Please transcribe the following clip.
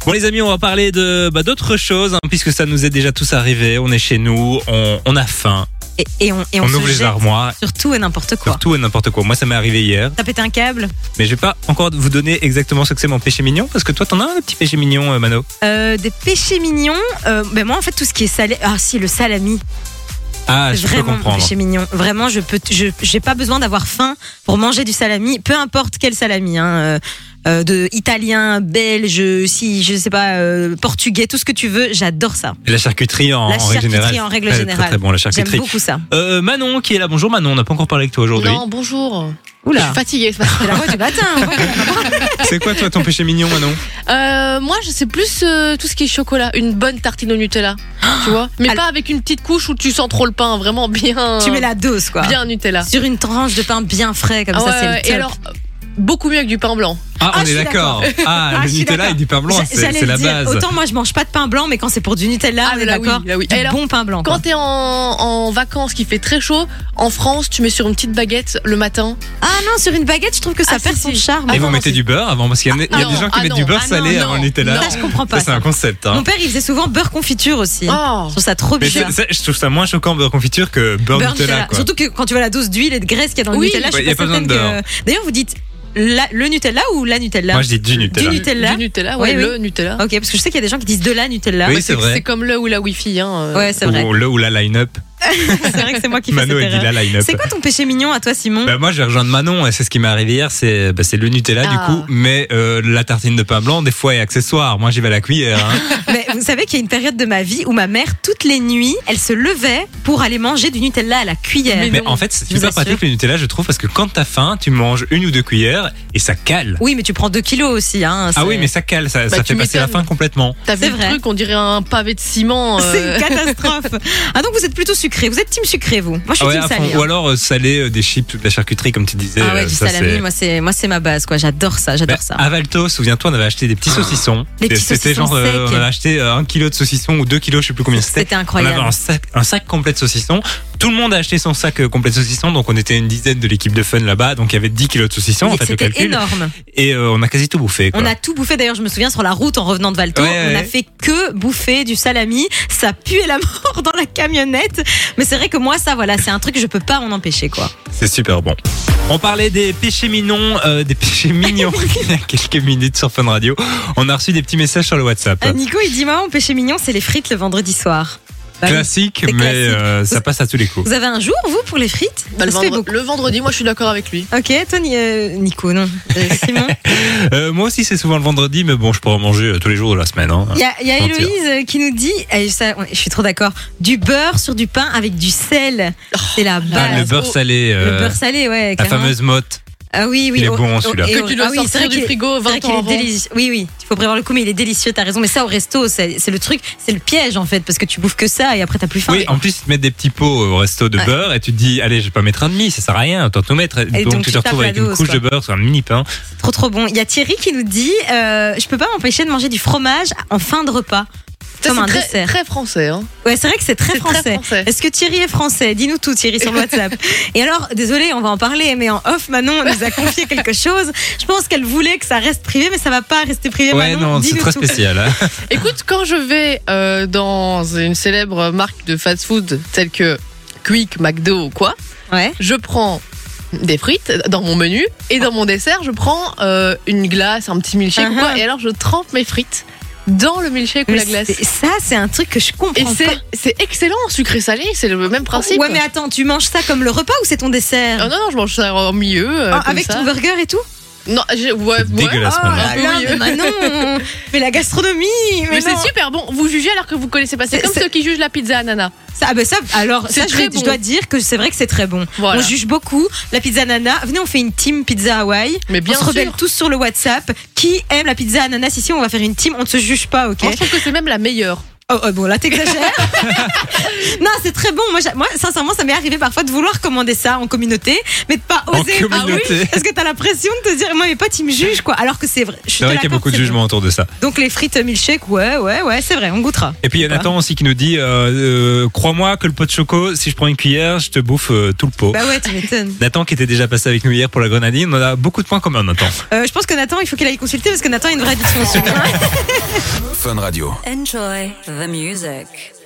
Bon les amis, on va parler de d'autres choses, puisque ça nous est déjà tous arrivé. On est chez nous, on a faim. Et on On se ouvre les jette armoires. sur tout et n'importe quoi. Sur tout et n'importe quoi. Moi, ça m'est arrivé hier. T'as pété un câble? Mais je vais pas encore vous donner exactement ce que c'est mon péché mignon, parce que toi, t'en as un petit péché mignon, Mano. Des péchés mignons. Ben moi, en fait, tout ce qui est salé. Ah si, le salami. Ah, C'est je peux vraiment mon comprendre. péché mignon. Vraiment, j'ai pas besoin d'avoir faim pour manger du salami, peu importe quel salami. De italien, belge, si je sais pas, portugais, tout ce que tu veux, j'adore ça. Et la charcuterie en règle générale. En règle Très, générale. Très, très bon, la J'aime charcuterie. beaucoup ça. Manon qui est là. Bonjour Manon, on n'a pas encore parlé avec toi aujourd'hui. Non, bonjour. Je Oula, suis fatiguée. c'est la voix du matin. C'est quoi toi ton péché mignon, Manon? Moi, je sais plus tout ce qui est chocolat. Une bonne tartine au Nutella, tu vois. Mais Alors- pas avec une petite couche où tu sens trop le pain. Vraiment bien. Tu mets la dose, quoi. Bien Nutella. Sur une tranche de pain bien frais, comme Ah ça, ouais, c'est le ouais. top. Et alors, beaucoup mieux avec du pain blanc. Ah, Ah, on je est suis d'accord. Ah, Ah, le je suis Nutella d'accord. et du pain blanc, J'allais c'est la le dire, base. autant moi je mange pas de pain blanc, mais quand c'est pour du Nutella, on est là oui, d'accord. là oui. Du Et alors, bon pain blanc. Quand t'es en vacances, qu'il fait très chaud, en France, tu mets sur une petite baguette le matin. Ah non, sur une baguette, je trouve que ça Ah, perd si, son si. charme. Et Ah, vous non, mettez c'est- du beurre avant, parce qu'il y a, il y a non, des gens qui ah mettent non, du beurre ah salé non, avant le non, Nutella. non. Ça, je comprends pas. Ça, c'est un concept. Hein. Mon père, il faisait souvent beurre confiture aussi. Oh. Je trouve ça trop Mais bizarre. je trouve ça moins choquant beurre confiture que beurre Beurre Nutella. Quoi. Surtout que quand tu vois la dose d'huile et de graisse qu'il y a dans le Oui. Nutella, je Ouais, suis y a pas pas besoin certaine de que. D'ailleurs, vous dites le Nutella ou la Nutella? Moi je dis du Nutella. Du Nutella. Du Nutella, ouais, Oui, le Nutella. Ok, parce que je sais qu'il y a des gens qui disent de la Nutella. Oui, Ouais, c'est vrai. C'est comme le ou la Wi-Fi. Ouais, c'est vrai. Ou le ou la line-up. C'est vrai que c'est moi qui fais Mano cette a dit erreur. la line-up. C'est quoi ton péché mignon à toi, Simon? Bah moi je vais rejoindre Manon, et c'est ce qui m'est arrivé hier, c'est le Nutella du Ah. coup, mais la tartine de pain blanc des fois est accessoire. Moi j'y vais à la cuillère. Hein. Mais vous savez qu'il y a une période de ma vie où ma mère, toutes les nuits, elle se levait pour aller manger du Nutella à la cuillère. Mais Mais non. en fait c'est Je vous super assure. pratique le Nutella je trouve, parce que quand t'as faim tu manges 1 ou 2 cuillères et ça cale. Oui, mais tu prends 2 kilos aussi. Hein, Ah oui mais ça cale, ça Bah, fait tu passer la m'étonnes. faim complètement. T'as vu C'est le vrai. truc, on dirait un pavé de ciment. C'est une catastrophe. Ah donc vous êtes plutôt sucré. Vous êtes team sucré vous. Moi je suis Ah ouais, team à fond. salé. Ou hein. alors salé, des chips, de la charcuterie comme tu disais. Ah ouais, du ça, salami, c'est- moi c'est ma base quoi. J'adore ça, Mais j'adore ça. à Valto, souviens-toi, on avait acheté des petits saucissons. Les petits C'était saucissons genre, on secs. avait acheté 1 kilo de saucissons ou 2 kilos, je sais plus combien c'était. C'était On incroyable. avait un sac complet de saucissons. Tout le monde a acheté son sac complet de saucissons, donc on était une dizaine de l'équipe de fun là-bas, donc il y avait 10 kilos de saucissons, en fait, le C'était calcul. énorme. Et on a quasi tout bouffé. Quoi. On a tout bouffé. D'ailleurs, je me souviens sur la route en revenant de Valto, Ouais, on a ouais. fait que bouffer du salami. Ça puait la mort dans la camionnette. Mais c'est vrai que moi, ça, voilà, c'est un truc que je peux pas m'en empêcher, quoi. C'est super bon. On parlait des péchés mignons, il y a quelques minutes sur Fun Radio. On a reçu des petits messages sur le WhatsApp. Nico, il dit, moi, mon péché mignon, c'est les frites le vendredi soir. Bah oui. Classique, c'est mais classique. ça passe à tous les coups. Vous avez un jour, vous, pour les frites? Bah, Ça se fait beaucoup. le vendredi, moi je suis d'accord avec lui. Ok, toi, Nico, non. Simon. Moi aussi, c'est souvent le vendredi, mais bon, je pourrais en manger tous les jours de la semaine. Hein. Il y a Mentir. Héloïse qui nous dit, je suis trop d'accord, du beurre sur du pain avec du sel. C'est la base. Ah, le beurre salé. Le beurre salé, ouais. La carrément. fameuse motte. Ah oui, oui. Il est bon, celui-là. Que tu dois oui, sortir du frigo 20 ans avant. délicieux. Oui, oui. Il faut prévoir le coup, mais il est délicieux, t'as raison. Mais ça, au resto, c'est le truc, c'est le piège, en fait, parce que tu bouffes que ça et après, t'as plus faim. Oui, en plus, ils te mettent des petits pots au resto de Ouais. beurre et tu te dis, allez, je vais pas mettre un demi, ça sert à rien, autant tout mettre. Et Donc, donc, tu te tu tapes retrouves la avec une dose, couche quoi. de beurre sur un mini pain. Trop, trop bon. Il y a Thierry qui nous dit, je peux pas m'empêcher de manger du fromage en fin de repas. Ça, Comme un c'est très, dessert. très français. Hein. Ouais, c'est vrai que c'est très C'est très français. français. Est-ce que Thierry est français? Dis-nous tout, Thierry, sur le WhatsApp. Et alors, désolé, on va en parler, mais en off, Manon nous a confié quelque chose. Je pense qu'elle voulait que ça reste privé, mais ça va pas rester privé, Ouais, Manon. non, c'est Dis-nous très tout. spécial. Hein. Écoute, quand je vais dans une célèbre marque de fast-food telle que Quick, McDo ou quoi, Ouais. je prends des frites dans mon menu et dans mon dessert, je prends une glace, un petit milkshake ou quoi, et alors je trempe mes frites dans le milkshake ou la glace. Ça, c'est un truc que je comprends Et pas. c'est excellent, sucré-salé, c'est le même principe. Ouais, mais attends, tu manges ça comme le repas ou c'est ton dessert? Ah non, non, je mange ça au milieu. Ah, comme avec ça. ton burger et tout? Non, ouais, dégueulasse, Oh Manon. là là, Oui. mais Manon, mais la gastronomie, Mais non. c'est super bon. Vous jugez alors que vous connaissez pas. C'est comme ceux qui jugent la pizza ananas. Ça, ah ben ça, alors C'est ça, très je bon. dois dire que c'est vrai que c'est très bon. Voilà. On juge beaucoup la pizza ananas. Venez, on fait une team pizza Hawaï. Mais bien on se rebelle sûr. tous sur le WhatsApp. Qui aime la pizza ananas ici? On va faire une team. On ne se juge pas, ok? Moi, je trouve que c'est même la meilleure. Oh, bon, là, t'exagères. Non, c'est très bon. Moi, sincèrement, ça m'est arrivé parfois de vouloir commander ça en communauté, mais de pas En oser. communauté. Parce que t'as l'impression de te dire, moi, mes potes, ils me jugent, quoi. Alors que c'est vrai. Je suis C'est vrai qu'il y a d'accord, beaucoup de c'est bon. jugements autour de ça. Donc, les frites milkshake, ouais, c'est vrai, on goûtera. Et puis il y a Nathan aussi qui nous dit crois-moi que le pot de choco, si je prends une cuillère, je te bouffe tout le pot. Bah ouais, tu m'étonnes. Nathan qui était déjà passé avec nous hier pour la grenadine, on a beaucoup de points communs Nathan. Je pense que Nathan, il faut qu'il aille consulter parce que Nathan a une vraie addiction au sucre. Fun Radio. Enjoy the music.